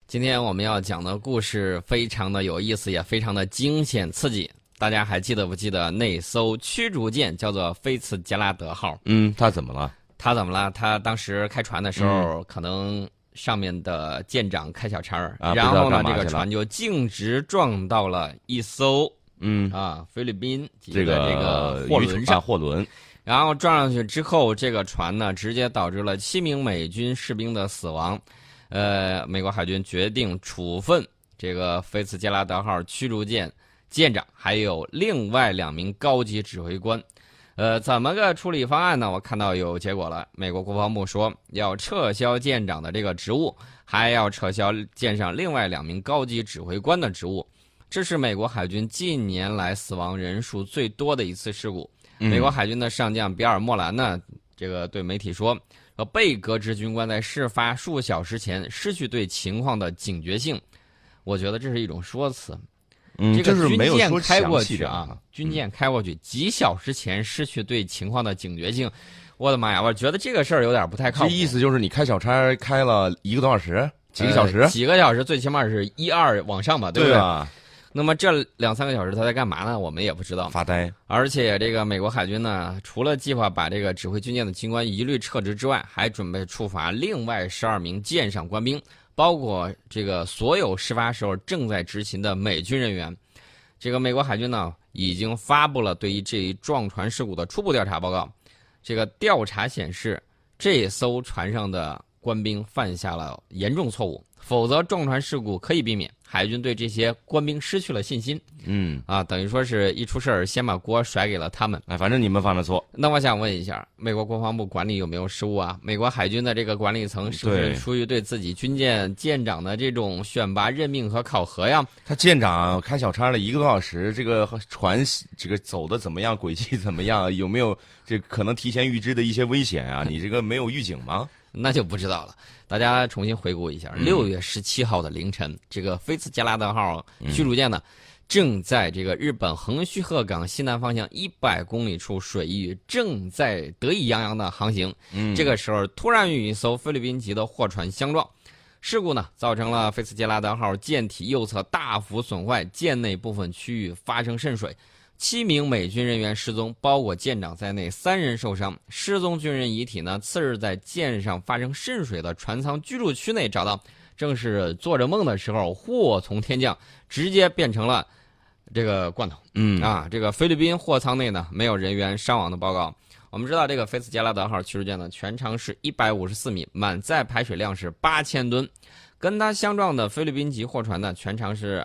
今天我们要讲的故事非常的有意思，也非常的惊险刺激。大家还记得不记得那艘驱逐舰叫做菲茨杰拉德号？ 他怎么了？ 他当时开船的时候，可能上面的舰长开小差儿， 啊， 然后呢， 不知道干嘛去了这个船就径直撞到了一艘菲律宾籍的这个货轮上。 货轮， 然后撞上去之后，这个船呢直接导致了7名美军士兵的死亡。美国海军决定处分这个菲茨杰拉德号驱逐舰舰长，还有另外2名高级指挥官。怎么个处理方案呢？我看到有结果了。美国国防部说要撤销舰长的这个职务，还要撤销舰上另外2名高级指挥官的职务。这是美国海军近年来死亡人数最多的一次事故。美国海军的上将比尔·莫兰呢，这个对媒体说，被革职军官在事发数小时前失去对情况的警觉性。我觉得这是一种说辞。这个军舰开过去军舰开过去几小时前失去对情况的警觉性，我的妈呀！我觉得这个事儿有点不太靠谱。 这意思就是你开小差开了1个多小时，几个小时？ 几个小时，最起码是1、2往上吧，对不对？ 对啊。 那么这2、3个小时他在干嘛呢？我们也不知道。 发呆。 而且这个美国海军呢，除了计划把这个指挥军舰的军官一律撤职之外，还准备处罚另外12名舰上官兵，包括这个所有事发时候正在执勤的美军人员。这个美国海军呢，已经发布了对于这一撞船事故的初步调查报告。这个调查显示，这艘船上的官兵犯下了严重错误，否则撞船事故可以避免。海军对这些官兵失去了信心。等于说是一出事儿先把锅甩给了他们。 反正你们犯了错。 那我想问一下，美国国防部管理有没有失误啊？美国海军的这个管理层是不是出于对自己军舰舰长的这种选拔、任命和考核呀？ 他舰长开小差了1个多小时，这个船这个走的怎么样，轨迹怎么样，有没有这可能提前预知的一些危险啊？你这个没有预警吗？ 那就不知道了。大家重新回顾一下，6月17号的凌晨，这个菲茨杰拉德号驱逐舰呢，正在这个日本横须贺港西南方向100公里处水域，正在得意洋洋的航行。这个时候突然与一艘菲律宾籍的货船相撞，事故呢造成了菲茨杰拉德号舰体右侧大幅损坏，舰内部分区域发生渗水。7名美军人员失踪，包括舰长在内3人受伤。失踪军人遗体呢，次日在舰上发生渗水的船舱居住区内找到。正是做着梦的时候，祸从天降，直接变成了这个罐头。这个菲律宾货舱内呢，没有人员伤亡的报告。我们知道这个菲茨杰拉德号驱逐舰呢，全长是154米，满载排水量是8000吨。跟它相撞的菲律宾籍货船呢，全长是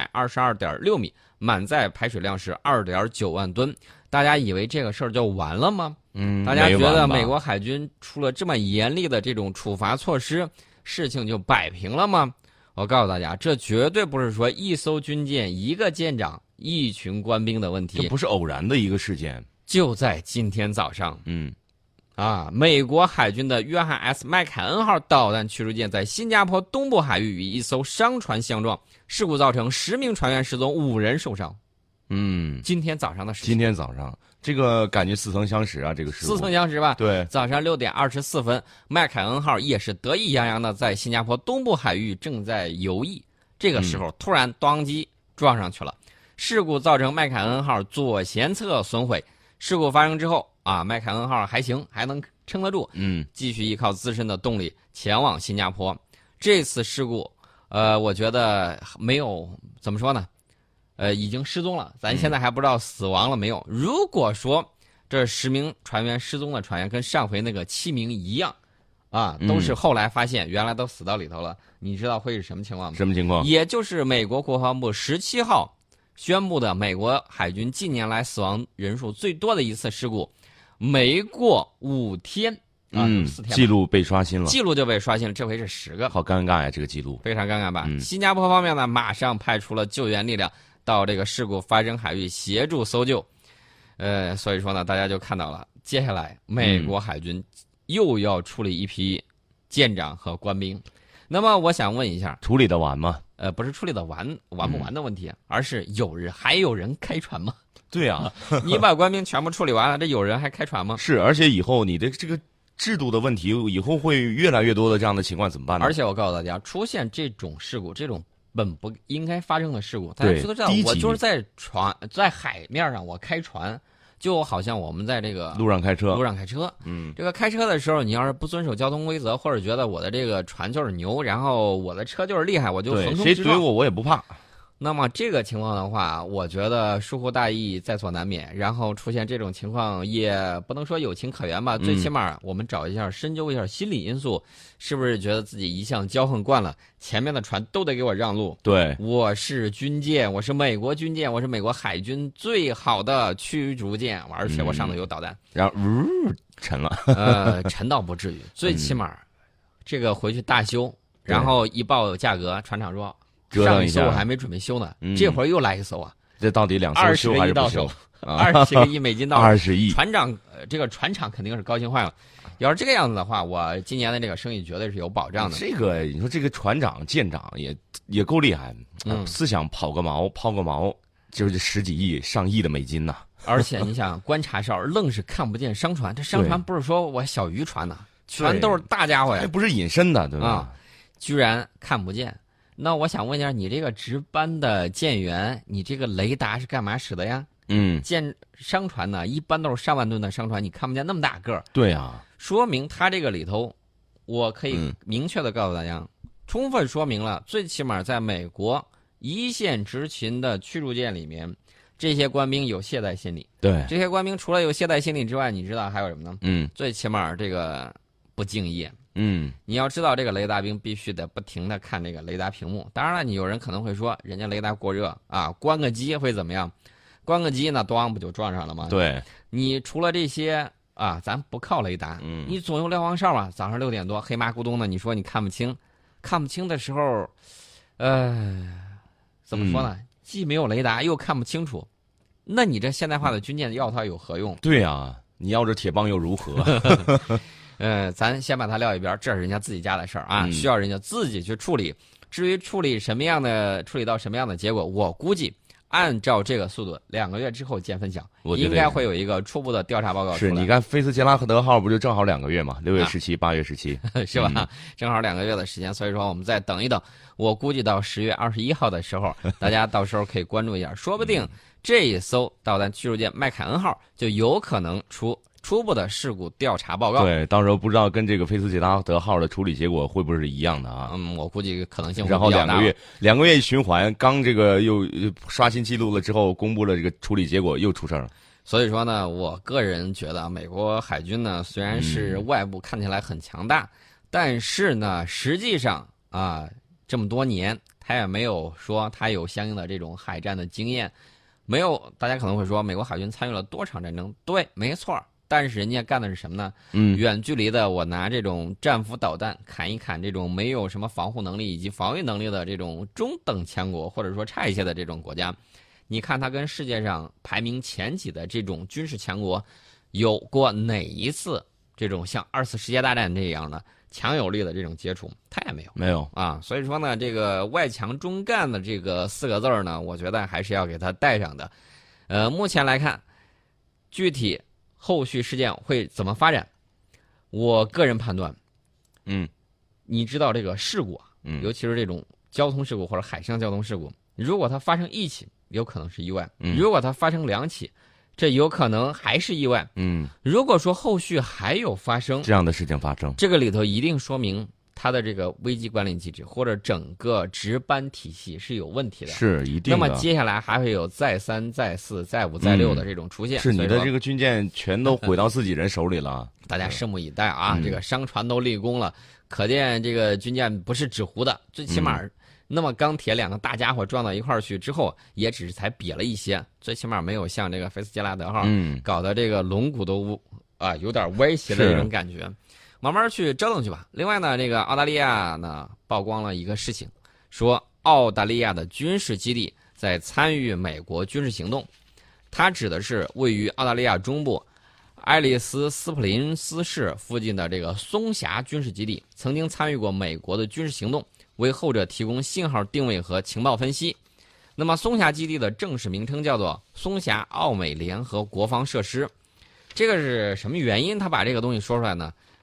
222.6米，满载排水量是2.9万吨。大家以为这个事儿就完了吗？大家觉得美国海军出了这么严厉的这种处罚措施，事情就摆平了吗？我告诉大家，这绝对不是说一艘军舰、1个舰长、1群官兵的问题， 这不是偶然的一个事件。 就在今天早上，美国海军的约翰 ·S. 麦凯恩号导弹驱逐舰在新加坡东部海域与一艘商船相撞，事故造成10名船员失踪，5人受伤。今天早上的事情。 今天早上，这个感觉似曾相识啊，这个事故。 似曾相识吧？ 对。 早上6点24分，麦凯恩号也是得意洋洋的在新加坡东部海域正在游弋，这个时候突然当机撞上去了。事故造成麦凯恩号左舷侧损毁。事故发生之后麦凯恩号还行，还能撑得住，继续依靠自身的动力前往新加坡。这次事故，我觉得没有怎么说呢，已经失踪了，咱现在还不知道死亡了没有。如果说这10名船员失踪的船员跟上回那个7名一样，都是后来发现原来都死到里头了，你知道会是什么情况吗？ 什么情况？ 也就是美国国防部17号宣布的美国海军近年来死亡人数最多的一次事故，没过5天4天， 记录被刷新了， 记录就被刷新了，这回是10个， 好尴尬呀，这个记录非常尴尬吧？新加坡方面呢，马上派出了救援力量到这个事故发生海域协助搜救，所以说呢，大家就看到了，接下来美国海军又要处理一批舰长和官兵。那么我想问一下， 处理得完吗？ 不是处理的完不完的问题，而是还有人开船吗？ 对啊， 你把官兵全部处理完了，这有人还开船吗？ 是，而且以后你的这个制度的问题，以后会越来越多的这样的情况怎么办呢？ 而且我告诉大家，出现这种事故，这种本不应该发生的事故，大家都知道，我就是在海面上，我开船，就好像我们在这个路上开车， 这个开车的时候，你要是不遵守交通规则，或者觉得我的这个船就是牛，然后我的车就是厉害，我就横冲直撞， 谁怼我也不怕。 那么这个情况的话，我觉得疏忽大意在所难免，然后出现这种情况也不能说有情可原吧，最起码我们找一下深究一下心理因素，是不是觉得自己一向骄横惯了，前面的船都得给我让路？ 对， 我是军舰，我是美国军舰，我是美国海军最好的驱逐舰，而且我上头有导弹， 然后沉了， 沉倒不至于，最起码这个回去大修，然后一报价格，船厂说。上一艘我还没准备修呢，这会儿又来一艘啊！ 这到底2艘修还是不修 ？20个亿美金到手 ，20亿。 船长，这个船厂肯定是高兴坏了。要是这个样子的话，我今年的这个生意绝对是有保障的。 这个你说这个船长、舰长也够厉害，思想抛个锚，就是10几亿、上亿的美金呐。 而且你想，观察哨愣是看不见商船，这商船不是说我小渔船呐，全都是大家伙呀， 还不是隐身的，对吧？ 居然看不见。那我想问一下，你这个值班的舰员，你这个雷达是干嘛使的呀？商船呢，一般都是上万吨的商船，你看不见那么大个儿。 对啊， 说明它这个里头，我可以明确的告诉大家，充分说明了，最起码在美国一线执勤的驱逐舰里面，这些官兵有懈怠心理。 对， 这些官兵除了有懈怠心理之外，你知道还有什么呢？最起码这个不敬业。你要知道，这个雷达兵必须得不停的看这个雷达屏幕。当然了，你有人可能会说，人家雷达过热啊，关个机会怎么样？关个机呢，咣不就撞上了吗？ 对， 你除了这些啊，咱不靠雷达，你总有瞭望哨啊。早上6点多，黑麻咕咚的，你说你看不清的时候，怎么说呢？既没有雷达，又看不清楚，那你这现代化的军舰要它有何用？ 对啊，你要这铁棒又如何？ 咱先把它撂一边，这是人家自己家的事儿啊，需要人家自己去处理。至于处理到什么样的结果，我估计按照这个速度，2个月之后见分晓，应该会有一个初步的调查报告出来。 是，你看菲斯杰拉德号不就正好2个月嘛，6月17、8月17， 是吧？正好2个月的时间，所以说我们再等一等。我估计到10月21号的时候，大家到时候可以关注一下，说不定这一艘导弹驱逐舰麦凯恩号就有可能出初步的事故调查报告。 对，到时候不知道跟这个菲斯杰拉德号的处理结果会不会是一样的啊？ 我估计可能性会比较大。 然后2个月一循环，刚这个又刷新记录了之后，公布了这个处理结果，又出事了。 所以说呢，我个人觉得美国海军呢，虽然是外部看起来很强大，但是呢，实际上啊，这么多年他也没有说他有相应的这种海战的经验。没有，大家可能会说，美国海军参与了多场战争？对，没错。但是人家干的是什么呢？远距离的，我拿这种战斧导弹砍一砍这种没有什么防护能力以及防御能力的这种中等强国，或者说差一些的这种国家。你看它跟世界上排名前几的这种军事强国，有过哪一次这种像2次世界大战这样的强有力的这种接触？它也没有啊。所以说呢，这个外强中干的这个4个字呢，我觉得还是要给它带上的。目前来看，具体后续事件会怎么发展？我个人判断，你知道这个事故尤其是这种交通事故或者海上交通事故，如果它发生1起，有可能是意外；如果它发生2起，这有可能还是意外。如果说后续还有发生这样的事情发生， 这个里头一定说明它的这个危机管理机制或者整个值班体系是有问题的， 是一定的。 那么接下来还会有再3、再4、再5、再6的这种出现。 是你的这个军舰全都毁到自己人手里了。 大家拭目以待啊！这个商船都立功了，可见这个军舰不是纸糊的，最起码那么钢铁2个大家伙撞到一块儿去之后，也只是才瘪了一些，最起码没有像这个菲斯杰拉德号搞得这个龙骨都有点歪斜的这种感觉。慢慢去折腾去吧。另外呢，这个澳大利亚呢曝光了一个事情，说澳大利亚的军事基地在参与美国军事行动，它指的是位于澳大利亚中部爱丽丝斯普林斯市附近的这个松霞军事基地，曾经参与过美国的军事行动，为后者提供信号定位和情报分析。那么松霞基地的正式名称叫做松霞澳美联合国防设施。这个是什么原因他把这个东西说出来呢？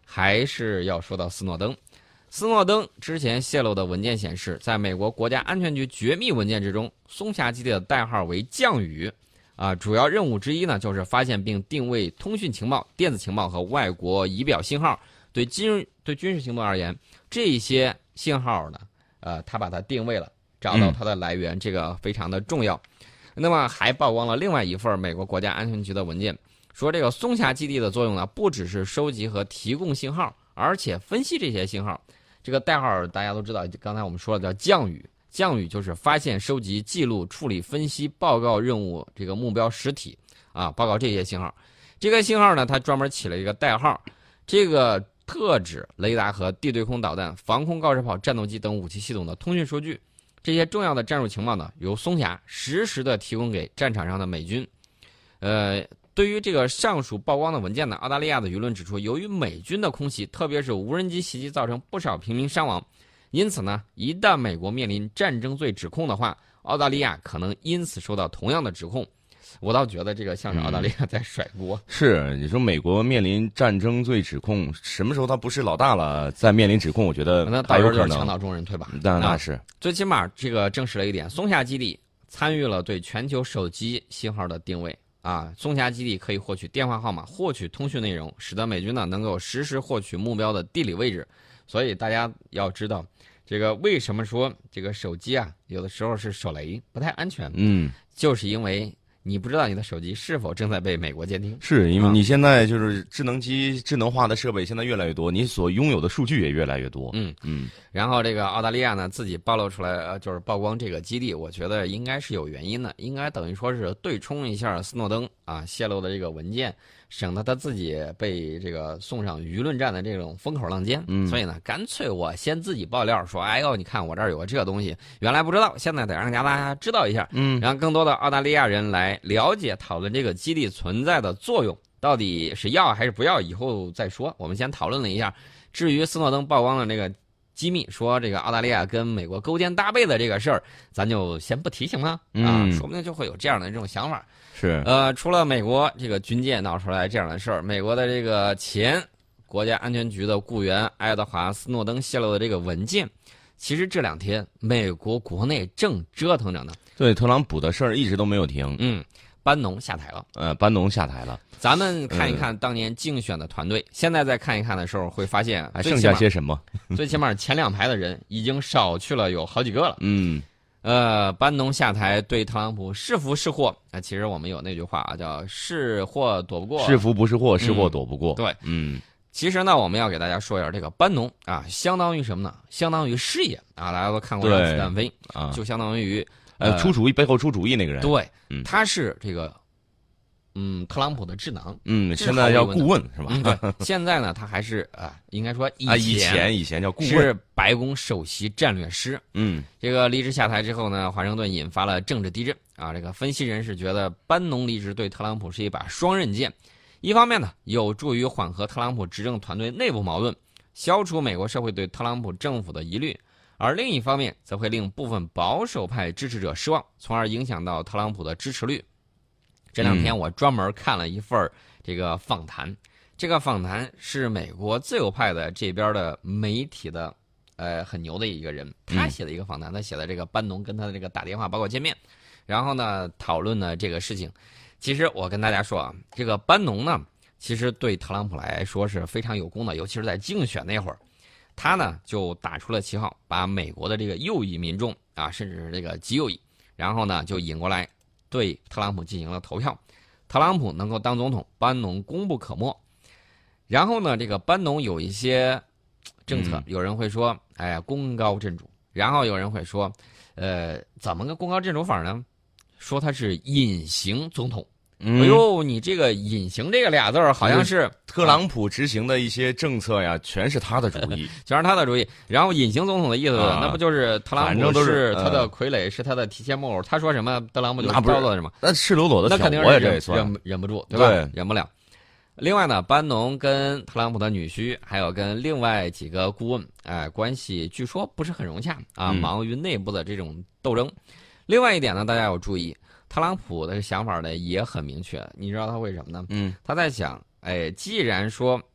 还是要说到斯诺登。斯诺登之前泄露的文件显示，在美国国家安全局绝密文件之中，松霞基地的代号为降雨，主要任务之一呢，就是发现并定位通讯情报、电子情报和外国仪表信号。对军事行动而言，这些信号呢，他把它定位了，找到它的来源，这个非常的重要。那么还曝光了另外一份美国国家安全局的文件，说这个松霞基地的作用呢，不只是收集和提供信号，而且分析这些信号。这个代号大家都知道，刚才我们说的叫降雨，降雨就是发现、收集、记录、处理、分析、报告任务这个目标实体报告这些信号。这个信号呢，它专门起了一个代号，这个特指雷达和地对空导弹、防空告示炮、战斗机等武器系统的通讯数据。这些重要的战术情报呢，由松霞实时的提供给战场上的美军。对于这个上述曝光的文件呢，澳大利亚的舆论指出，由于美军的空袭，特别是无人机袭击，造成不少平民伤亡，因此呢，一旦美国面临战争罪指控的话，澳大利亚可能因此受到同样的指控。我倒觉得这个像是澳大利亚在甩锅。 是，你说美国面临战争罪指控，什么时候他不是老大了，再面临指控，我觉得那还有可能墙倒众人推吧。 那是最起码这个证实了一点，松霞基地参与了对全球手机信号的定位。松霞基地可以获取电话号码、获取通讯内容，使得美军呢能够实时获取目标的地理位置。所以大家要知道，这个为什么说这个手机有的时候是手雷不太安全？就是因为你不知道你的手机是否正在被美国监听。 是因为你现在就是智能机、智能化的设备现在越来越多，你所拥有的数据也越来越多。 然后这个澳大利亚呢自己暴露出来，就是曝光这个基地，我觉得应该是有原因的，应该等于说是对冲一下斯诺登泄露的这个文件，省得他自己被这个送上舆论战的这种风口浪尖。所以呢，干脆我先自己爆料说，哎呦，你看我这儿有个这个东西，原来不知道，现在得让大家知道一下。让更多的澳大利亚人来了解、讨论这个基地存在的作用，到底是要还是不要，以后再说。我们先讨论了一下。至于斯诺登曝光的这个机密，说这个澳大利亚跟美国勾肩搭背的这个事儿，咱就先不提行吗？说不定就会有这样的这种想法。 是除了美国这个军界闹出来这样的事儿，美国的这个前国家安全局的雇员爱德华·斯诺登泄露的这个文件，其实这2天美国国内正折腾着呢。 对，特朗普的事儿一直都没有停。 班农下台了。 班农下台了。 咱们看一看当年竞选的团队，现在再看一看的时候，会发现还剩下些什么？ 最起码前2排的人已经少去了有好几个了。班农下台对特朗普是福是祸？其实我们有那句话叫是祸躲不过， 是福不是祸，是祸躲不过。 对，其实呢，我们要给大家说一下这个班农相当于什么呢？相当于事业大家都看过《让子弹飞》就相当于出主意背后出主意那个人。 对，他是这个特朗普的智囊。 现在叫顾问是吧？ 对，现在呢，他还是应该说以前叫顾问， 是白宫首席战略师。这个离职下台之后呢，华盛顿引发了政治地震这个分析人士觉得班农离职对特朗普是一把双刃剑，一方面呢，有助于缓和特朗普执政团队内部矛盾，消除美国社会对特朗普政府的疑虑。而另一方面，则会令部分保守派支持者失望，从而影响到特朗普的支持率。这2天我专门看了一份这个访谈，这个访谈是美国自由派的这边的媒体的很牛的一个人，他写的一个访谈，他写的这个班农跟他的这个打电话包括见面，然后呢讨论呢这个事情。其实我跟大家说这个班农呢，其实对特朗普来说是非常有功的，尤其是在竞选那会儿。他呢就打出了旗号，把美国的这个右翼民众甚至是这个极右翼，然后呢就引过来对特朗普进行了投票，特朗普能够当总统，班农功不可没。然后呢，这个班农有一些政策，有人会说，功高震主，然后有人会说，怎么个功高震主法呢？说他是隐形总统。哎呦，你这个隐形这个俩字儿好像是特朗普执行的一些政策呀，全是他的主意， 全是他的主意。然后隐形总统的意思，那不就是特朗普是他的傀儡，是他的提线木偶，他说什么，特朗普就照做什么。 那赤裸裸的， 那肯定是忍不住，对吧？忍不了。另外呢，班农跟特朗普的女婿，还有跟另外几个顾问，关系据说不是很融洽忙于内部的这种斗争。另外一点呢，大家要注意。特朗普的想法呢也很明确，你知道他为什么呢？他在想，既然说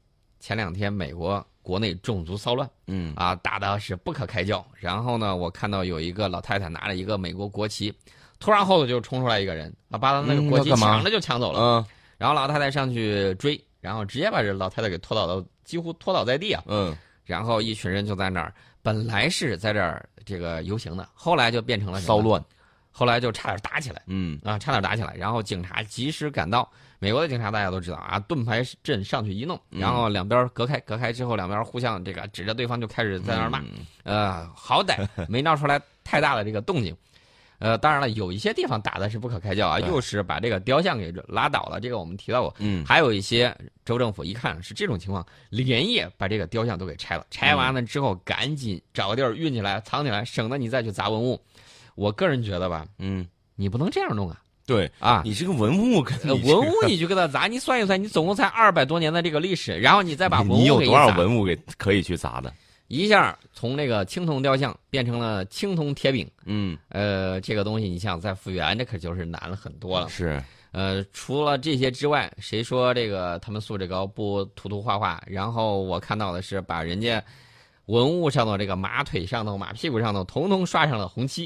前2天美国国内种族骚乱，打的是不可开交。然后呢，我看到有一个老太太拿着一个美国国旗，突然后头就冲出来一个人，把他那个国旗抢着就抢走了。然后老太太上去追，然后直接把这老太太给几乎拖倒在地啊。然后一群人就在那儿，本来是在这儿这个游行的，后来就变成了骚乱。 后来就差点打起来，差点打起来，然后警察及时赶到。美国的警察大家都知道啊，盾牌阵上去一弄，然后两边隔开之后，两边互相这个指着对方就开始在那儿骂，好歹没闹出来太大的这个动静。当然了，有一些地方打的是不可开交啊，又是把这个雕像给拉倒了，这个我们提到过。还有一些州政府一看是这种情况，连夜把这个雕像都给拆了，拆完了之后赶紧找个地儿运起来藏起来，省得你再去砸文物。我个人觉得吧，你不能这样弄啊。 对啊， 你这个文物， 你就给它砸，你算一算，你总共才200多年的这个历史，然后你再把文物给你有多少文物可以去砸的？ 一下从那个青铜雕像变成了青铜铁饼，这个东西你想再复原，这可就是难了很多了。 是， 除了这些之外，谁说这个他们素质高不涂画？然后我看到的是把人家文物上头这个马腿上头、马屁股上头，统统刷上了红漆。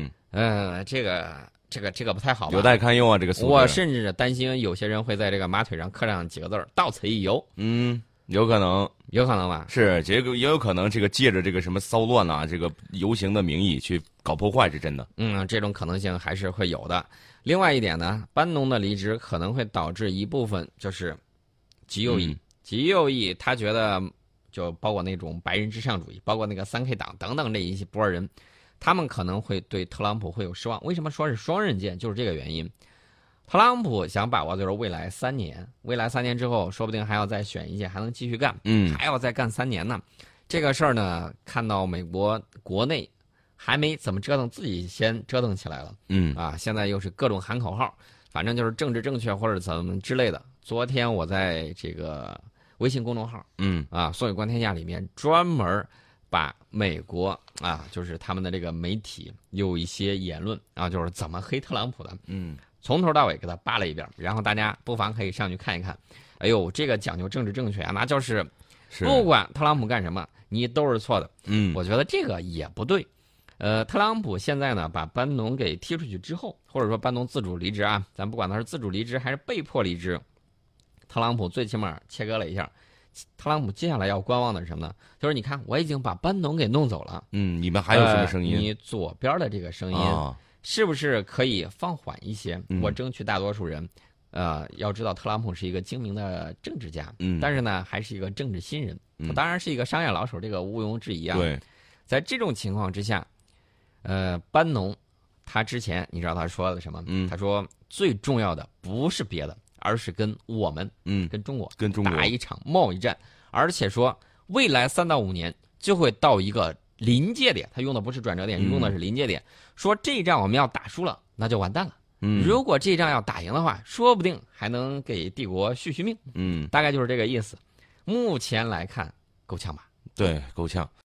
这个不太好吧？ 有待堪忧啊，这个素质。 我甚至担心有些人会在这个马腿上刻上几个字儿“到此一游”。 有可能吧？ 是，这个也有可能，这个借着这个什么骚乱啊，这个游行的名义去搞破坏，是真的。 这种可能性还是会有的。另外一点呢，班农的离职可能会导致一部分就是极右翼，极右翼他觉得。就包括那种白人至上主义，包括那个3K 党等等这一些波人，他们可能会对特朗普会有失望。为什么说是双刃剑？就是这个原因。特朗普想把握就是未来3年，未来3年之后，说不定还要再选一届，还能继续干，还要再干3年呢。这个事儿呢，看到美国国内还没怎么折腾，自己先折腾起来了。现在又是各种喊口号，反正就是政治正确或者怎么之类的。昨天我在这个微信公众号，所以观天下里面专门把美国就是他们的这个媒体有一些言论就是怎么黑特朗普的，从头到尾给他扒了一遍，然后大家不妨可以上去看一看。哎呦，这个讲究政治正确那就是不管特朗普干什么，你都是错的。我觉得这个也不对。特朗普现在呢把班农给踢出去之后，或者说班农自主离职咱不管他是自主离职还是被迫离职。特朗普最起码切割了一下，特朗普接下来要观望的是什么呢？就是你看，我已经把班农给弄走了， 你们还有什么声音？ 你左边的这个声音，是不是可以放缓一些？我争取大多数人。要知道特朗普是一个精明的政治家，但是呢，还是一个政治新人，他当然是一个商业老手，这个毋庸置疑对， 在这种情况之下，班农他之前你知道他说了什么？他说最重要的不是别的。而是跟我们，跟中国打一场贸易战，而且说未来3到5年就会到一个临界点，他用的不是转折点，用的是临界点。说这一仗我们要打输了，那就完蛋了。如果这一仗要打赢的话，说不定还能给帝国续命。大概就是这个意思。目前来看，够呛吧？ 对，够呛。